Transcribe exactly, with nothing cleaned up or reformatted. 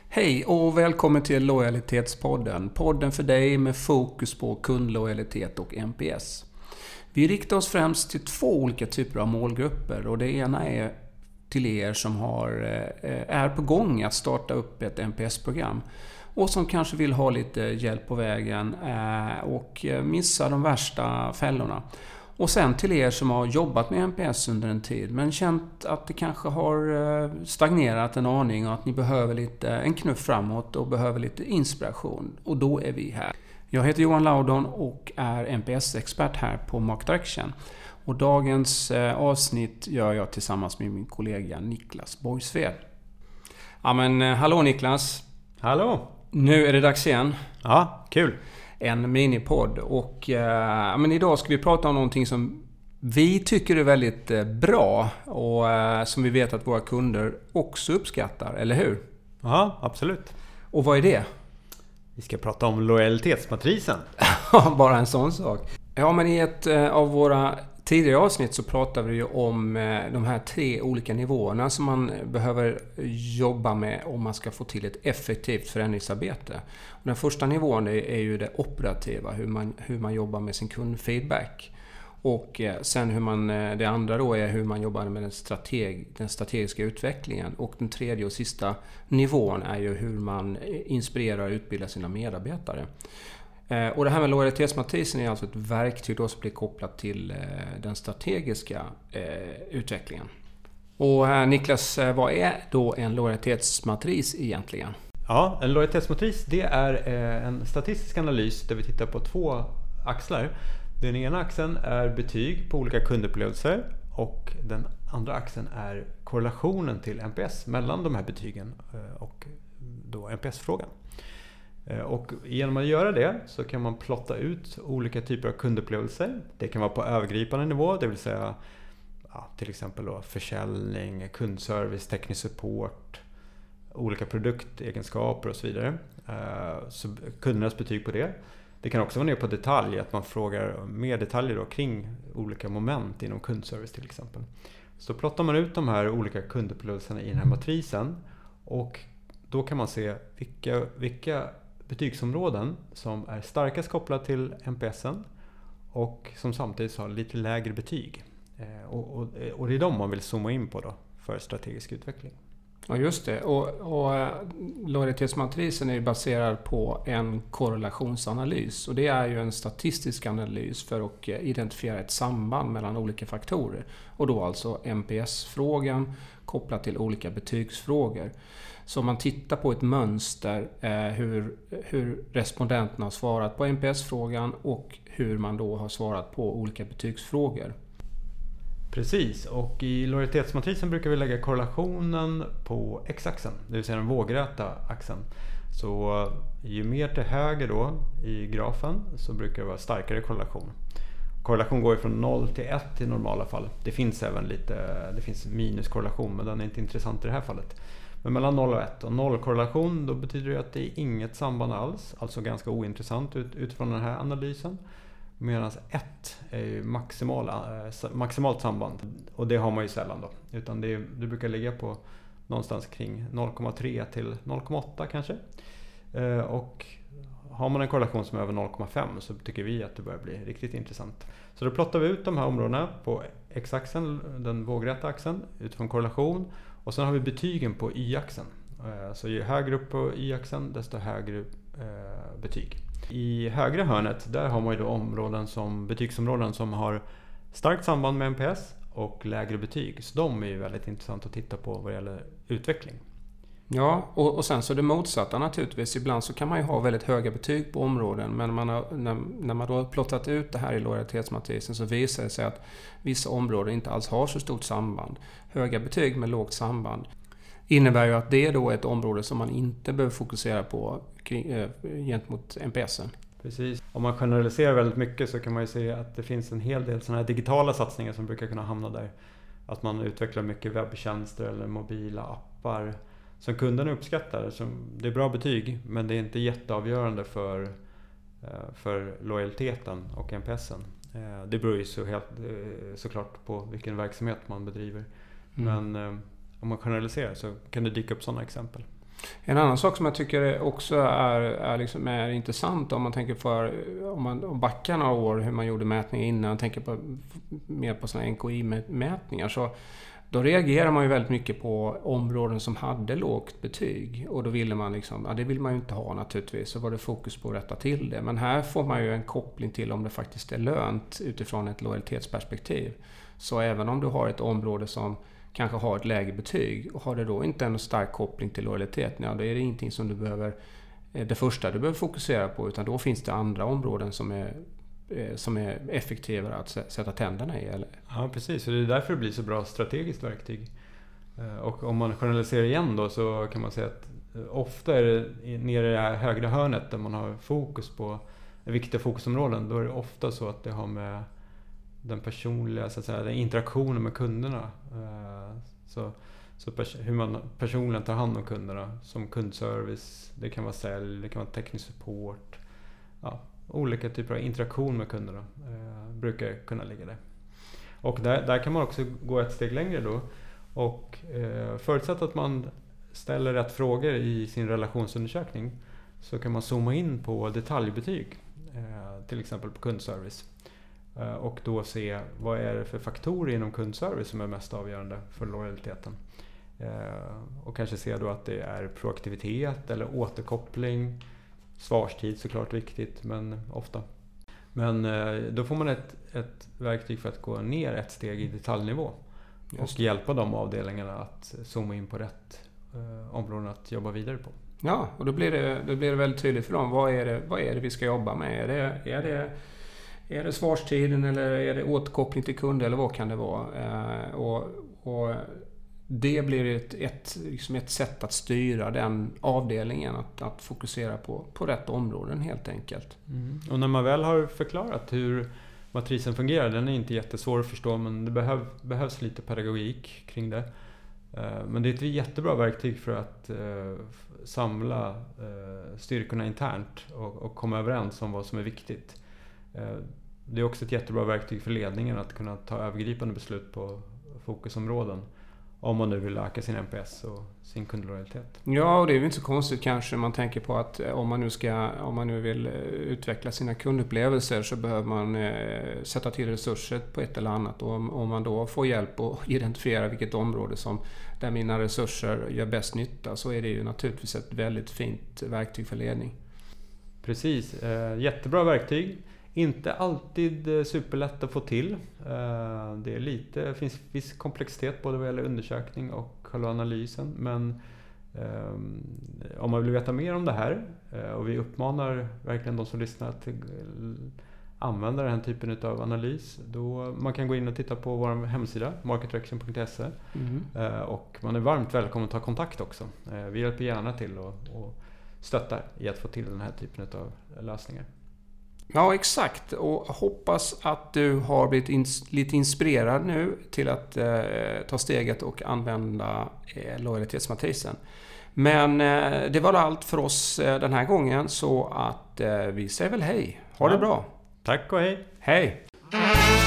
Hej och välkommen till Lojalitetspodden. Podden för dig med fokus på kundlojalitet och N P S. Vi riktar oss främst till två olika typer av målgrupper. Och det ena är till er som har, är på gång att starta upp ett N P S-program. Och som kanske vill ha lite hjälp på vägen och missa de värsta fällorna. Och sen till er som har jobbat med N P S under en tid men känt att det kanske har stagnerat en aning och att ni behöver lite en knuff framåt och behöver lite inspiration. Och då är vi här. Jag heter Johan Laudon och är N P S-expert här på Market Direction. Och dagens avsnitt gör jag tillsammans med min kollega Niklas Borgsved. Ja men hallå Niklas. Hallå. Nu är det dags igen. Ja, kul. En minipodd och eh, men idag ska vi prata om någonting som vi tycker är väldigt eh, bra och eh, som vi vet att våra kunder också uppskattar, eller hur? Ja, absolut. Och vad är det? Vi ska prata om lojalitetsmatrisen. Bara en sån sak. Ja, men i ett eh, av våra tidigare avsnitt så pratade vi ju om eh, de här tre olika nivåerna som man behöver jobba med om man ska få till ett effektivt förändringsarbete. Och den första nivån är, är ju det operativa, hur man, hur man jobbar med sin kundfeedback. Och eh, sen hur man, eh, det andra då är hur man jobbar med den, strateg, den strategiska utvecklingen. Och den tredje och sista nivån är ju hur man inspirerar och utbildar sina medarbetare. Och det här med lojalitetsmatrisen är alltså ett verktyg då som blir kopplat till den strategiska utvecklingen. Och Niklas, vad är då en lojalitetsmatris egentligen? Ja, en lojalitetsmatris det är en statistisk analys där vi tittar på två axlar. Den ena axeln är betyg på olika kundupplevelser och den andra axeln är korrelationen till N P S mellan de här betygen och då N P S-frågan. Och genom att göra det så kan man plotta ut olika typer av kundupplevelser. Det kan vara på övergripande nivå, det vill säga ja, till exempel då försäljning, kundservice, teknisk support, olika produktegenskaper och så vidare. Så kundernas betyg på det. Det kan också vara ner på detalj, att man frågar mer detaljer då kring olika moment inom kundservice till exempel. Så plottar man ut de här olika kundupplevelserna i den här matrisen och då kan man se vilka, vilka betygsområden som är starkast kopplat till N P S:en och som samtidigt har lite lägre betyg. Eh, och, och, och det är de man vill zooma in på då för strategisk utveckling. Ja just det, och, och lojalitetsmatrisen är ju baserad på en korrelationsanalys och det är ju en statistisk analys för att identifiera ett samband mellan olika faktorer och då alltså N P S-frågan kopplat till olika betygsfrågor. Så man tittar på ett mönster eh, hur, hur respondenterna har svarat på N P S-frågan och hur man då har svarat på olika betygsfrågor. Precis, och i lojalitetsmatrisen brukar vi lägga korrelationen på x-axeln, det vill säga den vågräta axeln. Så ju mer till höger då i grafen så brukar det vara starkare korrelation. Korrelation går från noll till ett i normala fall. Det finns även lite, det finns minuskorrelation men den är inte intressant i det här fallet. Men mellan noll och ett och noll-korrelation då betyder det att det är inget samband alls, alltså ganska ointressant ut, utifrån den här analysen. Medan ett är ju maximala, eh, maximalt samband och det har man ju sällan då. Utan det, det brukar ligga på någonstans kring noll komma tre till noll komma åtta kanske. Eh, och har man en korrelation som är över noll komma fem så tycker vi att det börjar bli riktigt intressant. Så då plottar vi ut de här områdena på x-axeln, den vågräta axeln, utifrån korrelation. Och sen har vi betygen på y-axeln. Så ju högre upp på y-axeln desto högre eh, betyg. I högra hörnet där har man ju då områden som, betygsområden som har starkt samband med N P S och lägre betyg. Så de är ju väldigt intressant att titta på vad gäller utveckling. Ja, och, och sen så det motsatta naturligtvis. Ibland så kan man ju ha väldigt höga betyg på områden men man har, när, när man då har plottat ut det här i lojalitetsmatrisen så visar det sig att vissa områden inte alls har så stort samband. Höga betyg med lågt samband innebär ju att det är då ett område som man inte behöver fokusera på kring, äh, gentemot N P S:en. Precis. Om man generaliserar väldigt mycket så kan man ju se att det finns en hel del sådana här digitala satsningar som brukar kunna hamna där. Att man utvecklar mycket webbtjänster eller mobila appar som kunderna uppskattar. Det är bra betyg men det är inte jätteavgörande för, för lojaliteten och N P S:en. Det beror ju så helt, såklart på vilken verksamhet man bedriver. Mm. Men om man generaliserar så kan det dyka upp sådana exempel. En annan sak som jag tycker också är, är, liksom är intressant om man tänker för, om man om backar några år hur man gjorde mätningar innan, och tänker på, mer på sådana N K I-mätningar, så då reagerar man ju väldigt mycket på områden som hade lågt betyg. Och då ville man liksom, ja det vill man ju inte ha naturligtvis, så var det fokus på att rätta till det. Men här får man ju en koppling till om det faktiskt är lönt utifrån ett lojalitetsperspektiv. Så även om du har ett område som kanske har ett lägre betyg och har det då inte en stark koppling till lojaliteten, ja då är det ingenting som du behöver, det första du behöver fokusera på, utan då finns det andra områden som är som är effektivare att sätta tänderna i. Eller? Ja, precis. Och det är därför det blir så bra strategiskt verktyg. Och om man generaliserar igen då, så kan man säga att ofta är det nere i det här högra hörnet där man har fokus på viktiga fokusområden, då är det ofta så att det har med den personliga, så att säga, den interaktionen med kunderna. Så, så pers- hur man personligen tar hand om kunderna, som kundservice, det kan vara sälj, det kan vara teknisk support. Ja, olika typer av interaktion med kunderna eh, brukar kunna ligga där. Och där, där kan man också gå ett steg längre då. Och eh, förutsatt att man ställer rätt frågor i sin relationsundersökning, så kan man zooma in på detaljbetyg, eh, till exempel på kundservice. Eh, och då se vad är det för faktorer inom kundservice som är mest avgörande för lojaliteten. Eh, och kanske se då att det är proaktivitet eller återkoppling. Svarstid såklart viktigt, men ofta. Men eh, då får man ett, ett verktyg för att gå ner ett steg i detaljnivå. Och hjälpa de avdelningarna att zooma in på rätt eh, områden att jobba vidare på. Ja, och då blir det, då blir det väldigt tydligt för dem. Vad är det, vad är det vi ska jobba med? Är det, är det, är det svarstiden eller är det återkoppling till kunder eller vad kan det vara? Eh, och, och det blir ett, ett, liksom ett sätt att styra den avdelningen, att, att fokusera på, på rätt områden helt enkelt. Mm. Och när man väl har förklarat hur matrisen fungerar, den är inte jättesvår att förstå, men det behöv, behövs lite pedagogik kring det. Men det är ett jättebra verktyg för att samla styrkorna internt och, och komma överens om vad som är viktigt. Det är också ett jättebra verktyg för ledningen att kunna ta övergripande beslut på fokusområden. Om man nu vill öka sin N P S och sin kundlojalitet. Ja, och det är ju inte så konstigt kanske. Man tänker på att om man nu, ska, om man nu vill utveckla sina kundupplevelser, så behöver man eh, sätta till resurser på ett eller annat. Och om, om man då får hjälp att identifiera vilket område som där mina resurser gör bäst nytta, så är det ju naturligtvis ett väldigt fint verktyg för ledning. Precis, eh, jättebra verktyg. Inte alltid superlätt att få till. Det är lite, det finns viss komplexitet både vad gäller undersökning och själva analysen. Men um, om man vill veta mer om det här, och vi uppmanar verkligen de som lyssnar att använda den här typen av analys, då man kan gå in och titta på vår hemsida market direction punkt se. Mm. Och man är varmt välkommen att ta kontakt också. Vi hjälper gärna till och, och stöttar i att få till den här typen av lösningar. Ja, exakt. Och hoppas att du har blivit ins- lite inspirerad nu till att eh, ta steget och använda eh, lojalitetsmatrisen. Men eh, det var allt för oss eh, den här gången, så att eh, vi säger väl hej. Ha ja. det bra. Tack och hej. Hej.